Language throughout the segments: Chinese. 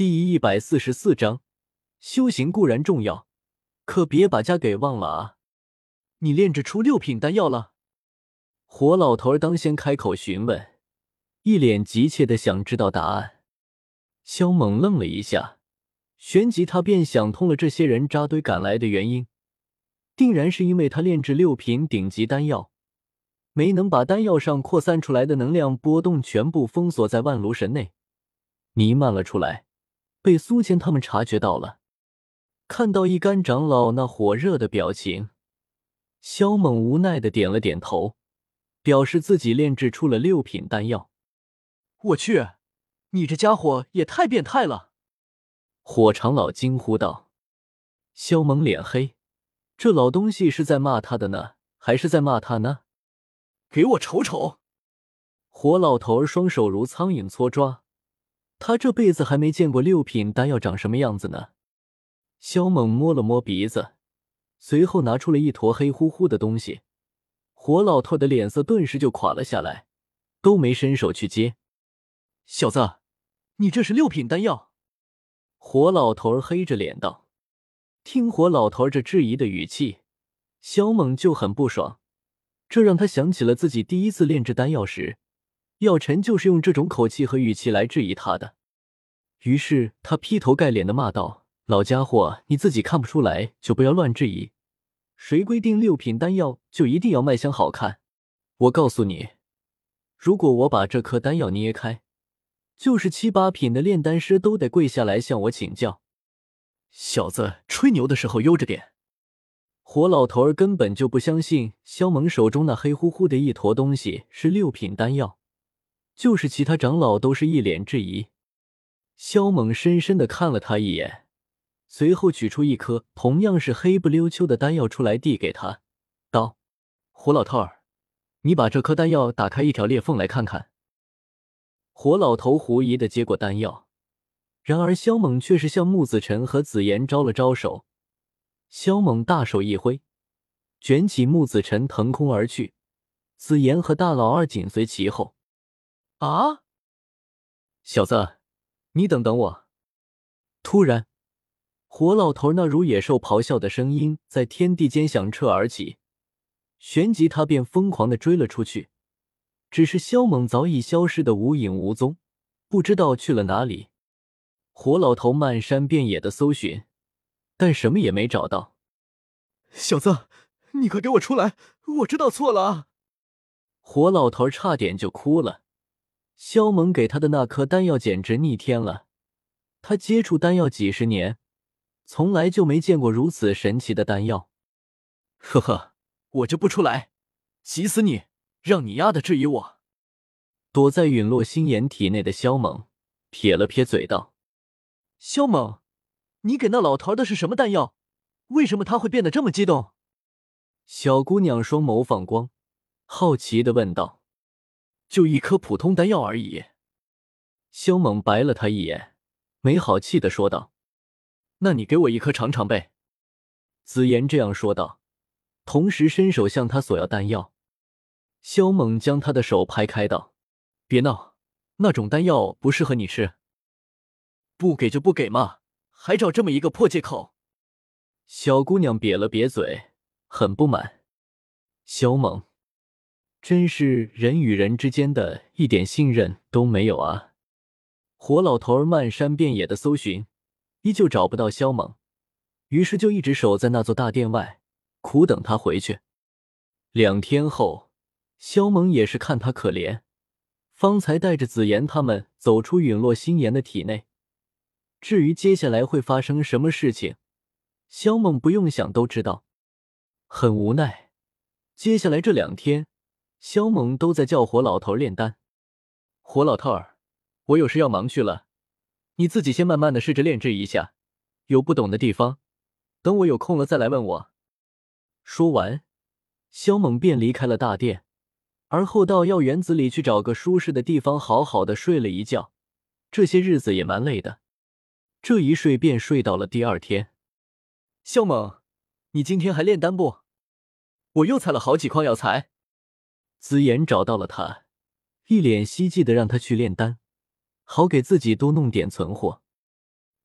第144章，修行固然重要，可别把家给忘了啊！你炼制出6品丹药了？火老头当先开口询问，一脸急切的想知道答案。萧猛愣了一下，旋即他便想通了这些人扎堆赶来的原因，定然是因为他炼制6品顶级丹药，没能把丹药上扩散出来的能量波动全部封锁在万炉神内，弥漫了出来，被苏谦他们察觉到了。看到一干长老那火热的表情，萧猛无奈的点了点头，表示自己炼制出了6品丹药。我去，你这家伙也太变态了！火长老惊呼道。萧猛脸黑，这老东西是在骂他的呢，还是在骂他呢？给我瞅瞅！火老头双手如苍蝇搓抓，他这辈子还没见过6品丹药长什么样子呢。萧猛摸了摸鼻子，随后拿出了一坨黑乎乎的东西，火老头的脸色顿时就垮了下来，都没伸手去接。小子，你这是6品丹药？火老头黑着脸道。听火老头这质疑的语气，萧猛就很不爽，这让他想起了自己第一次炼制丹药时，药尘就是用这种口气和语气来质疑他的。于是他劈头盖脸地骂道：老家伙，你自己看不出来就不要乱质疑，谁规定6品丹药就一定要卖相好看？我告诉你，如果我把这颗丹药捏开，就是7、8品的炼丹师都得跪下来向我请教。小子，吹牛的时候悠着点。火老头儿根本就不相信萧猛手中那黑乎乎的一坨东西是6品丹药，就是其他长老都是一脸质疑。萧猛深深地看了他一眼，随后取出一颗同样是黑不溜秋的丹药出来递给他，道：火老头儿，你把这颗丹药打开一条裂缝来看看。火老头狐疑地接过丹药，然而萧猛却是向穆子辰和紫妍招了招手。萧猛大手一挥，卷起穆子辰腾空而去，紫妍和大老二紧随其后。啊！小子，你等等我！突然，火老头那如野兽咆哮的声音在天地间响彻而起，旋即他便疯狂地追了出去。只是萧猛早已消失得无影无踪，不知道去了哪里。火老头漫山遍野的搜寻，但什么也没找到。小子，你快给我出来，我知道错了啊！火老头差点就哭了。萧猛给他的那颗丹药简直逆天了，他接触丹药几十年，从来就没见过如此神奇的丹药。呵呵，我就不出来，急死你，让你丫的质疑我！躲在陨落星岩体内的萧猛撇了撇嘴道：萧猛，你给那老头的是什么丹药？为什么他会变得这么激动？小姑娘双眸放光，好奇地问道。就一颗普通丹药而已。萧猛白了他一眼，没好气地说道：那你给我一颗尝尝呗。紫妍这样说道，同时伸手向他索要丹药。萧猛将他的手拍开道：别闹，那种丹药不适合你吃。不给就不给嘛，还找这么一个破借口。小姑娘瘪了瘪嘴，很不满。萧猛真是人与人之间的一点信任都没有啊！火老头漫山遍野的搜寻，依旧找不到萧猛，于是就一直守在那座大殿外，苦等他回去。2天后，萧猛也是看他可怜，方才带着紫妍他们走出陨落星岩的体内。至于接下来会发生什么事情，萧猛不用想都知道。很无奈，接下来这2天，萧猛都在叫火老头炼丹。火老头儿，我有事要忙去了，你自己先慢慢的试着炼制一下，有不懂的地方，等我有空了再来问我。说完，萧猛便离开了大殿，而后到药园子里去找个舒适的地方好好的睡了一觉。这些日子也蛮累的，这一睡便睡到了第2天。萧猛，你今天还炼丹不？我又采了好几筐药材。紫妍找到了他，一脸希冀的让他去炼丹，好给自己多弄点存货。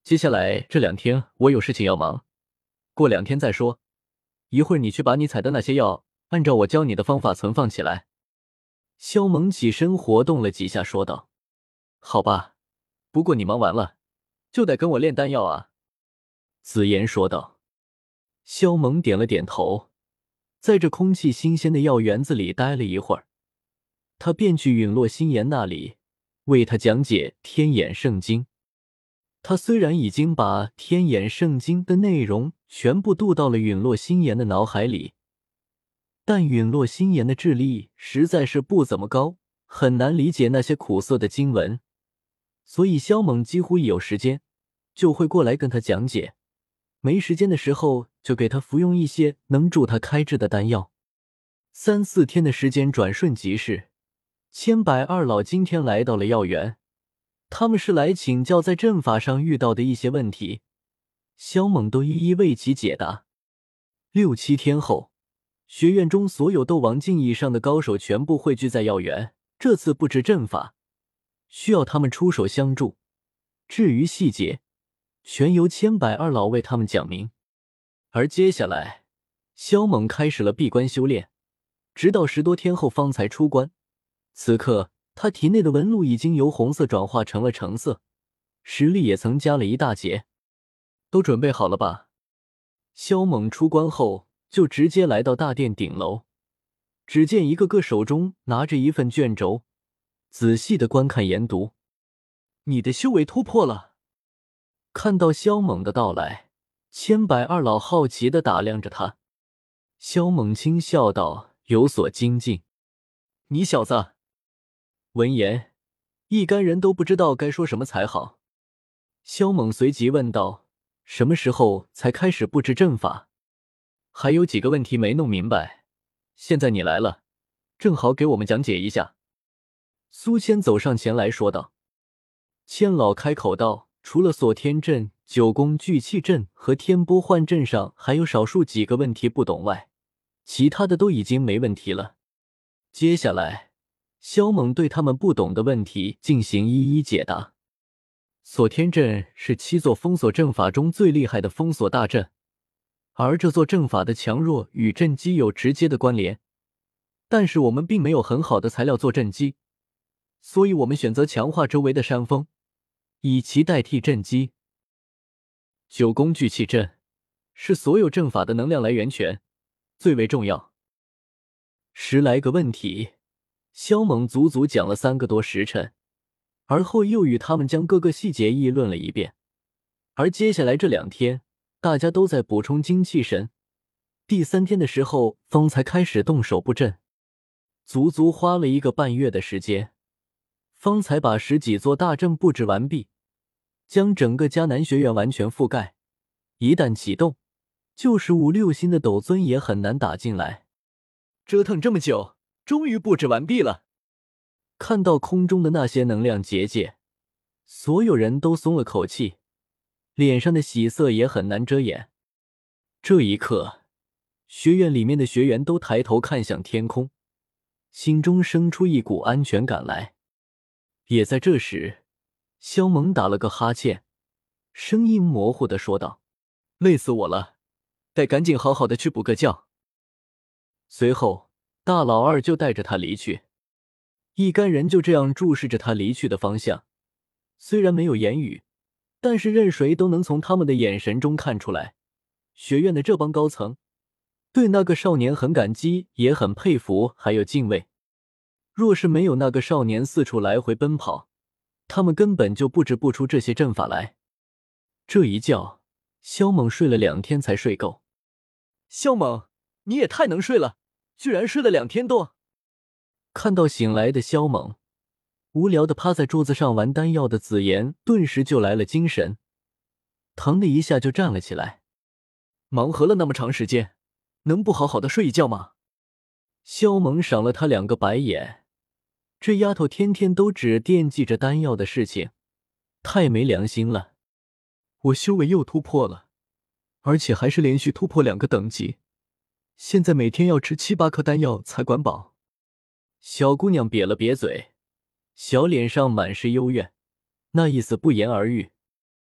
接下来这2天我有事情要忙，过2天再说。一会儿你去把你采的那些药，按照我教你的方法存放起来。萧猛起身活动了几下，说道：“好吧，不过你忙完了，就得跟我炼丹药啊。”紫妍说道。萧猛点了点头，在这空气新鲜的药园子里待了一会儿，他便去陨落心妍那里，为他讲解天眼圣经。他虽然已经把天眼圣经的内容全部渡到了陨落心妍的脑海里，但陨落心妍的智力实在是不怎么高，很难理解那些苦涩的经文，所以萧猛几乎一有时间就会过来跟他讲解，没时间的时候就给他服用一些能助他开智的丹药。3、4天的时间转瞬即逝，千百二老今天来到了药园，他们是来请教在阵法上遇到的一些问题，萧猛都一一为其解答。6、7天后，学院中所有斗王境以上的高手全部汇聚在药园，这次布置阵法需要他们出手相助，至于细节全由千百二老为他们讲明。而接下来萧猛开始了闭关修炼，直到10多天后方才出关。此刻他体内的纹路已经由红色转化成了橙色，实力也曾加了一大截。都准备好了吧？萧猛出关后就直接来到大殿顶楼，只见一个个手中拿着一份卷轴，仔细的观看研读。你的修为突破了。看到萧猛的到来，千百二老好奇地打量着他。萧猛轻笑道，有所精进。你小子。闻言，一干人都不知道该说什么才好。萧猛随即问道，什么时候才开始布置阵法？还有几个问题没弄明白，现在你来了，正好给我们讲解一下。苏谦走上前来说道。千老开口道，除了锁天阵、九宫聚气阵和天波幻阵上还有少数几个问题不懂外，其他的都已经没问题了。接下来萧猛对他们不懂的问题进行一一解答。锁天阵是7座封锁阵法中最厉害的封锁大阵，而这座阵法的强弱与阵基有直接的关联，但是我们并没有很好的材料做阵基，所以我们选择强化周围的山峰，以其代替阵基。九宫聚气阵是所有阵法的能量来源泉，最为重要。10来个问题，萧猛足足讲了3个多时辰，而后又与他们将各个细节议论了一遍。而接下来这2天，大家都在补充精气神，第3天的时候方才开始动手布阵，足足花了1个半月的时间，方才把10几座大阵布置完毕，将整个迦南学院完全覆盖。一旦启动，就是5、6星的斗尊也很难打进来。折腾这么久，终于布置完毕了。看到空中的那些能量结界，所有人都松了口气，脸上的喜色也很难遮掩。这一刻，学院里面的学员都抬头看向天空，心中生出一股安全感来。也在这时，萧猛打了个哈欠，声音模糊地说道：“累死我了，得赶紧好好的去补个觉。”随后，大老二就带着他离去。一干人就这样注视着他离去的方向，虽然没有言语，但是任谁都能从他们的眼神中看出来，学院的这帮高层对那个少年很感激，也很佩服，还有敬畏。若是没有那个少年四处来回奔跑，他们根本就布置不出这些阵法来。这一觉，萧猛睡了2天才睡够。萧猛，你也太能睡了，居然睡了2天多。看到醒来的萧猛，无聊的趴在桌子上玩丹药的紫妍顿时就来了精神，腾的一下就站了起来。忙活了那么长时间，能不好好的睡一觉吗？萧猛赏了他2个白眼，这丫头天天都只惦记着丹药的事情，太没良心了。我修为又突破了，而且还是连续突破2个等级，现在每天要吃7、8颗丹药才管饱。小姑娘瘪了瘪嘴，小脸上满是幽怨，那意思不言而喻。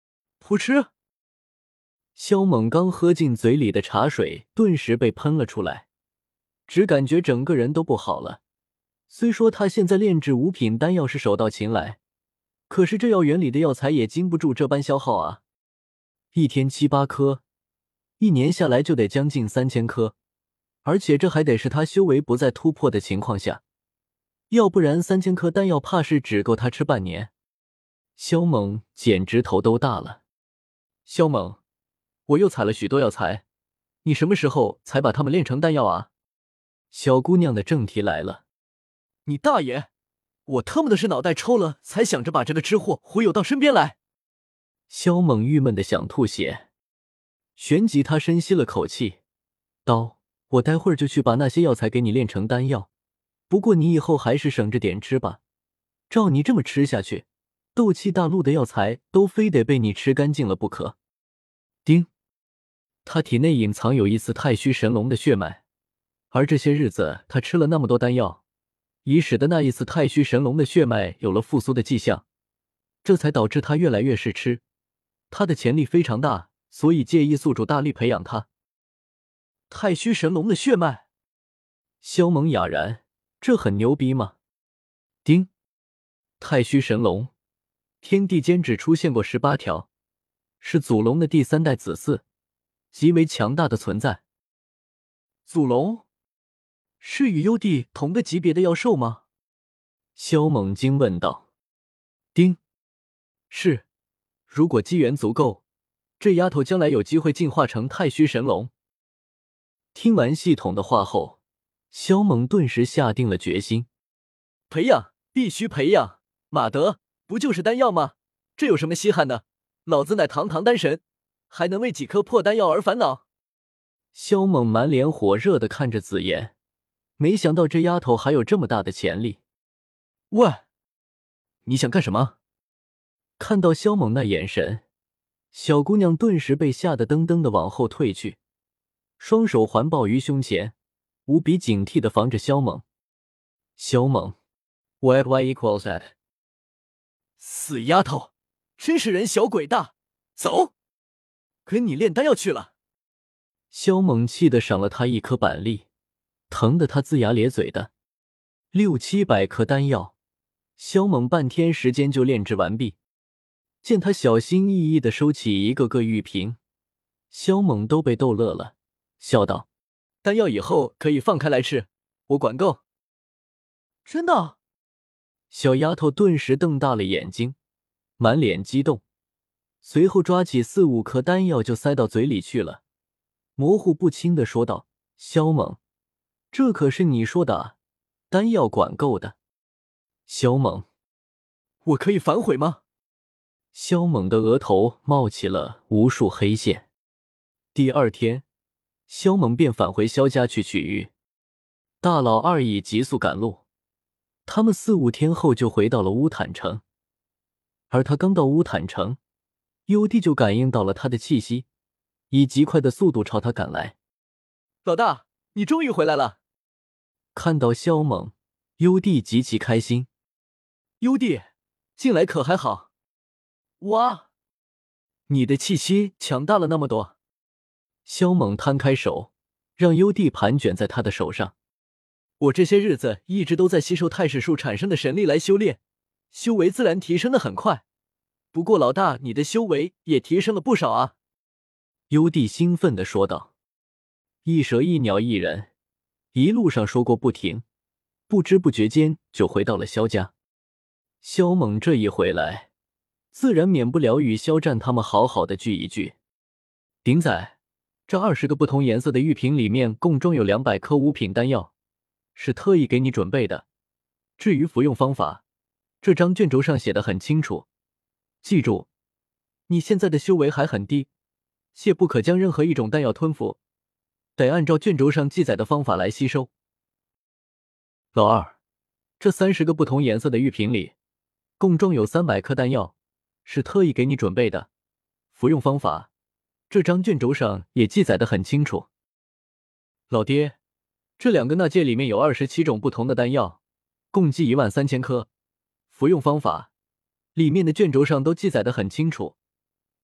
噗嗤！萧猛刚喝进嘴里的茶水顿时被喷了出来，只感觉整个人都不好了。虽说他现在炼制五品丹药是手到擒来，可是这药园里的药材也经不住这般消耗啊！一天7、8颗，一年下来就得将近3000颗，而且这还得是他修为不再突破的情况下，要不然3000颗丹药怕是只够他吃半年。萧猛简直头都大了。萧猛，我又采了许多药材，你什么时候才把它们炼成丹药啊？小姑娘的正题来了。你大爷！我特么的是脑袋抽了才想着把这个吃货忽悠到身边来。萧猛郁闷的想吐血，旋即他深吸了口气，道：我待会儿就去把那些药材给你炼成丹药，不过你以后还是省着点吃吧，照你这么吃下去，斗气大陆的药材都非得被你吃干净了不可。丁，他体内隐藏有一丝太虚神龙的血脉，而这些日子他吃了那么多丹药，已使得那一丝太虚神龙的血脉有了复苏的迹象，这才导致他越来越是吃。他的潜力非常大，所以介意宿主大力培养他。太虚神龙的血脉？萧猛哑然，这很牛逼吗？丁，太虚神龙，天地间只出现过18条，是祖龙的第3代子嗣，极为强大的存在。祖龙？是与幽帝同个级别的妖兽吗？萧猛惊问道。丁，是，如果机缘足够，这丫头将来有机会进化成太虚神龙。听完系统的话后，萧猛顿时下定了决心。培养，必须培养，马德，不就是丹药吗？这有什么稀罕的？老子乃堂堂丹神，还能为几颗破丹药而烦恼？萧猛满脸火热地看着紫妍，没想到这丫头还有这么大的潜力。喂，你想干什么？看到萧猛那眼神，小姑娘顿时被吓得噔噔地往后退去，双手环抱于胸前，无比警惕地防着萧猛。萧猛 ，Y equals at。死丫头，真是人小鬼大！走，跟你炼丹药去了。萧猛气得赏了他一颗板栗，疼得他龇牙咧嘴的。6、700颗丹药，萧猛半天时间就炼制完毕。见他小心翼翼地收起一个个玉瓶，萧猛都被逗乐了，笑道：丹药以后可以放开来吃，我管够。真的？小丫头顿时瞪大了眼睛，满脸激动，随后抓起4、5颗丹药就塞到嘴里去了，模糊不清地说道：萧猛，这可是你说的啊，丹药管够的。萧猛，我可以反悔吗？萧猛的额头冒起了无数黑线。第2天，萧猛便返回萧家去取玉，大老二已急速赶路，他们4、5天后就回到了乌坦城。而他刚到乌坦城，幽帝就感应到了他的气息，以极快的速度朝他赶来。老大，你终于回来了！看到萧猛，幽帝极其开心。幽帝，近来可还好？哇，你的气息强大了那么多。萧猛摊开手，让幽帝盘卷在他的手上。我这些日子一直都在吸收太史树产生的神力来修炼，修为自然提升得很快。不过老大，你的修为也提升了不少啊。幽帝兴奋地说道。一蛇一鸟一人，一路上说过不停，不知不觉间就回到了萧家。萧猛这一回来，自然免不了与萧战他们好好的聚一聚。顶仔，这20个不同颜色的玉瓶里面共装有200颗5品丹药，是特意给你准备的。至于服用方法，这张卷轴上写得很清楚。记住，你现在的修为还很低，切不可将任何一种丹药吞服，得按照卷轴上记载的方法来吸收。老二，这30个不同颜色的玉瓶里，共装有300颗丹药，是特意给你准备的。服用方法，这张卷轴上也记载得很清楚。老爹，这2个纳戒里面有27种不同的丹药，共计13000颗。服用方法，里面的卷轴上都记载得很清楚，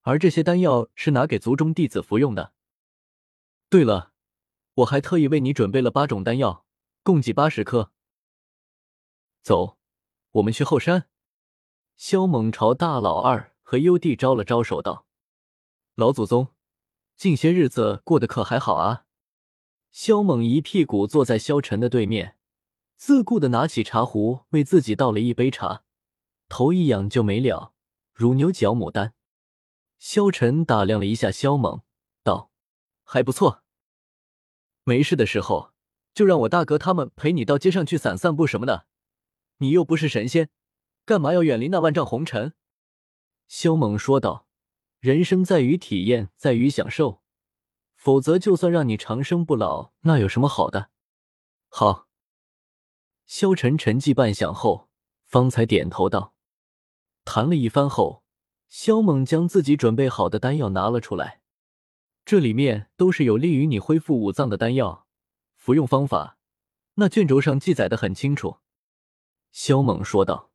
而这些丹药是拿给族中弟子服用的。对了，我还特意为你准备了8种丹药，共计80颗。走，我们去后山。萧猛朝大老二和幽帝招了招手道：“老祖宗，近些日子过得可还好啊？”萧猛一屁股坐在萧晨的对面，自顾地拿起茶壶为自己倒了一杯茶，头一仰就没了，如牛角牡丹。萧晨打量了一下萧猛，道：“还不错。没事的时候，就让我大哥他们陪你到街上去散散步什么的。你又不是神仙，干嘛要远离那万丈红尘？”萧猛说道：“人生在于体验，在于享受，否则就算让你长生不老，那有什么好的？”好。萧晨沉寂半晌后，方才点头道。谈了一番后，萧猛将自己准备好的丹药拿了出来，这里面都是有利于你恢复五脏的丹药，服用方法那卷轴上记载的很清楚。萧猛说道。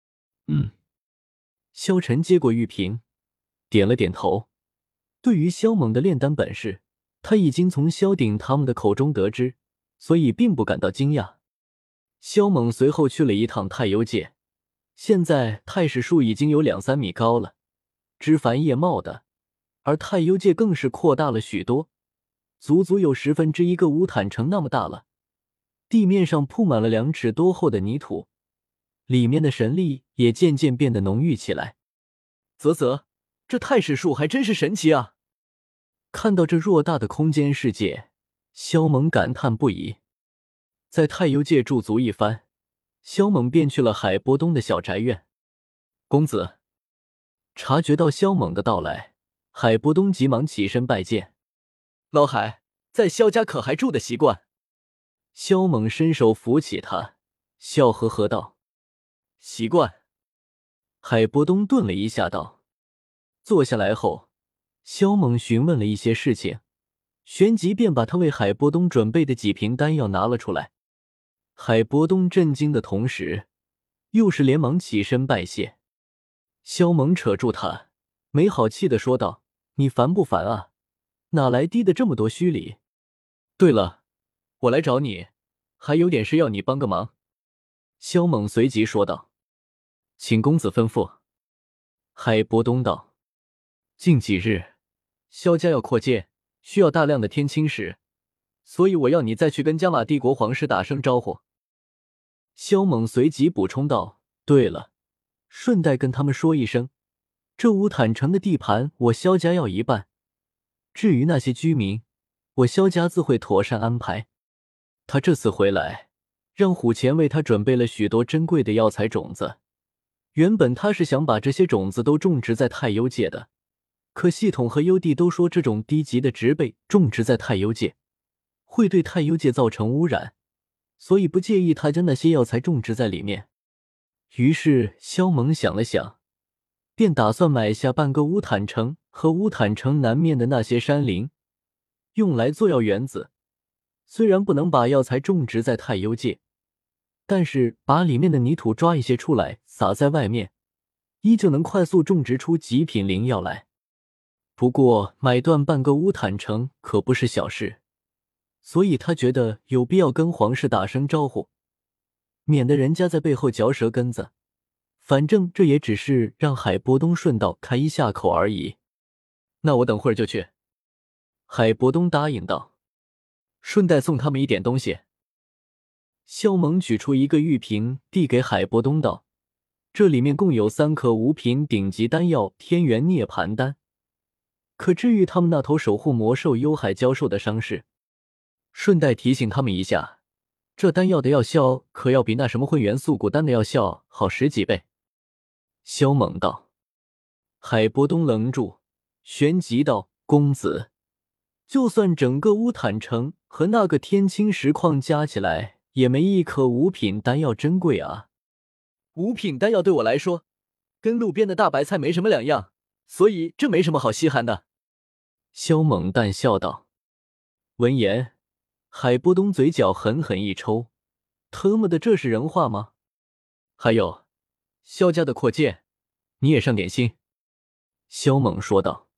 萧晨接过玉瓶，点了点头。对于萧猛的炼丹本事，他已经从萧鼎他们的口中得知，所以并不感到惊讶。萧猛随后去了一趟太幽界，现在太史树已经有2-3米高了，枝繁叶茂的，而太幽界更是扩大了许多，足足有1/10个乌坦城那么大了。地面上铺满了2尺多厚的泥土，里面的神力也渐渐变得浓郁起来。啧，这太史树还真是神奇啊！看到这偌大的空间世界，萧猛感叹不已。在太幽界驻足一番，萧猛便去了海波东的小宅院。公子。察觉到萧猛的到来，海波东急忙起身拜见。老海，在萧家可还住的习惯？萧猛伸手扶起他，笑呵呵道：“习惯。”海波东顿了一下道。坐下来后，萧猛询问了一些事情，旋即便把他为海波东准备的几瓶丹药拿了出来。海波东震惊的同时，又是连忙起身拜谢。萧猛扯住他，没好气地说道：“你烦不烦啊？哪来滴的这么多虚礼？对了，我来找你，还有点事要你帮个忙。”萧猛随即说道：“请公子吩咐。”海波东道：“近几日，萧家要扩建，需要大量的天青石，所以我要你再去跟加玛帝国皇室打声招呼。”萧猛随即补充道：“对了，顺带跟他们说一声，这乌坦城的地盘我萧家要一半，至于那些居民，我萧家自会妥善安排。”他这次回来，让虎钳为他准备了许多珍贵的药材种子。原本他是想把这些种子都种植在太幽界的，可系统和幽帝都说这种低级的植被种植在太幽界会对太幽界造成污染，所以不介意他将那些药材种植在里面。于是萧猛想了想，便打算买下半个乌坦城和乌坦城南面的那些山林，用来做药园子。虽然不能把药材种植在太幽界，但是把里面的泥土抓一些出来撒在外面，依旧能快速种植出极品灵药来。不过买断半个乌坦城可不是小事，所以他觉得有必要跟皇室打声招呼，免得人家在背后嚼舌根子。反正这也只是让海波东顺道开一下口而已。那我等会儿就去。海波东答应道，顺带送他们一点东西。萧猛取出一个玉瓶递给海波东道，这里面共有3颗5品顶级丹药天元涅槃丹，可治愈他们那头守护魔兽幽海蛟兽的伤势。顺带提醒他们一下，这丹药的药效可要比那什么混元素骨丹的药效好10几倍。萧猛道。海波东愣住，旋即道：“公子，就算整个乌坦城和那个天青石矿加起来，也没1颗5品丹药珍贵啊。5品丹药对我来说，跟路边的大白菜没什么两样，所以这没什么好稀罕的。”萧猛淡笑道。闻言，海波东嘴角狠狠一抽，特么的，这是人话吗？还有，萧家的扩建，你也上点心。萧猛说道。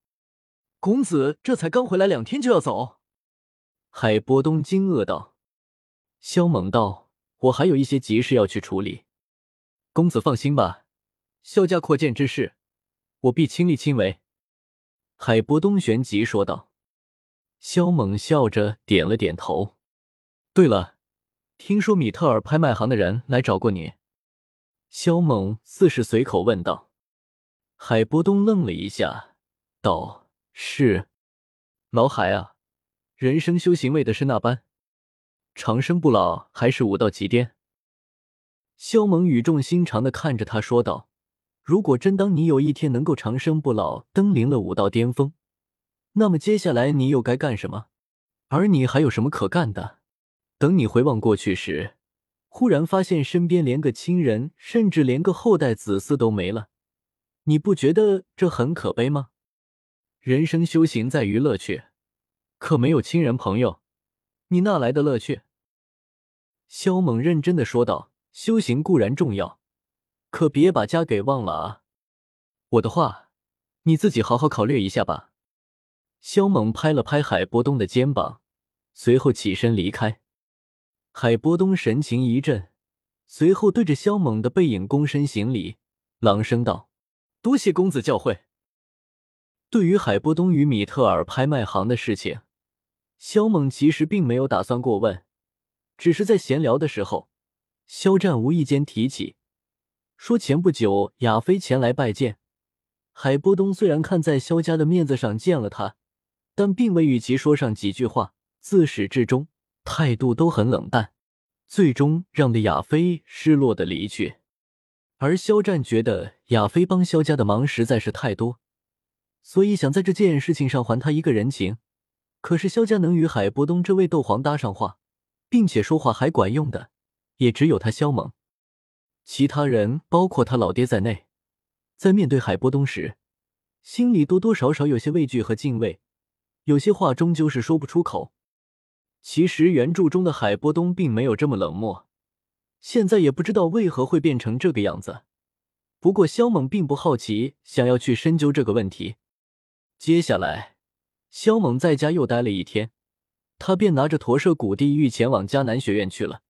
公子这才刚回来2天就要走？海波东惊愕道。萧猛道：我还有一些急事要去处理。公子放心吧，萧家扩建之事，我必亲力亲为。海波东旋即说道。萧猛笑着点了点头。对了，听说米特尔拍卖行的人来找过你？萧猛似是随口问道。海波东愣了一下，道：是。老海啊，人生修行为的是那般长生不老，还是武道极巅？萧猛语重心长地看着他说道：如果真当你有一天能够长生不老，登临了武道巅峰，那么接下来你又该干什么？而你还有什么可干的？等你回望过去时，忽然发现身边连个亲人，甚至连个后代子嗣都没了，你不觉得这很可悲吗？人生修行在于乐趣，可没有亲人朋友，你哪来的乐趣？萧猛认真地说道：修行固然重要，可别把家给忘了啊。我的话，你自己好好考虑一下吧。萧猛拍了拍海波东的肩膀，随后起身离开。海波东神情一震，随后对着萧猛的背影躬身行礼，朗声道：多谢公子教诲。对于海波东与米特尔拍卖行的事情，萧猛其实并没有打算过问，只是在闲聊的时候，萧战无意间提起，说前不久亚飞前来拜见，海波东虽然看在萧家的面子上见了他，但并未与其说上几句话，自始至终态度都很冷淡，最终让的亚飞失落的离去。而萧战觉得亚飞帮萧家的忙实在是太多，所以想在这件事情上还他一个人情。可是萧家能与海波东这位斗皇搭上话，并且说话还管用的，也只有他萧猛。其他人包括他老爹在内，在面对海波东时，心里多多少少有些畏惧和敬畏，有些话终究是说不出口。其实原著中的海波东并没有这么冷漠，现在也不知道为何会变成这个样子。不过萧猛并不好奇，想要去深究这个问题。接下来萧猛在家又待了1天，他便拿着驼舍古地狱前往迦南学院去了。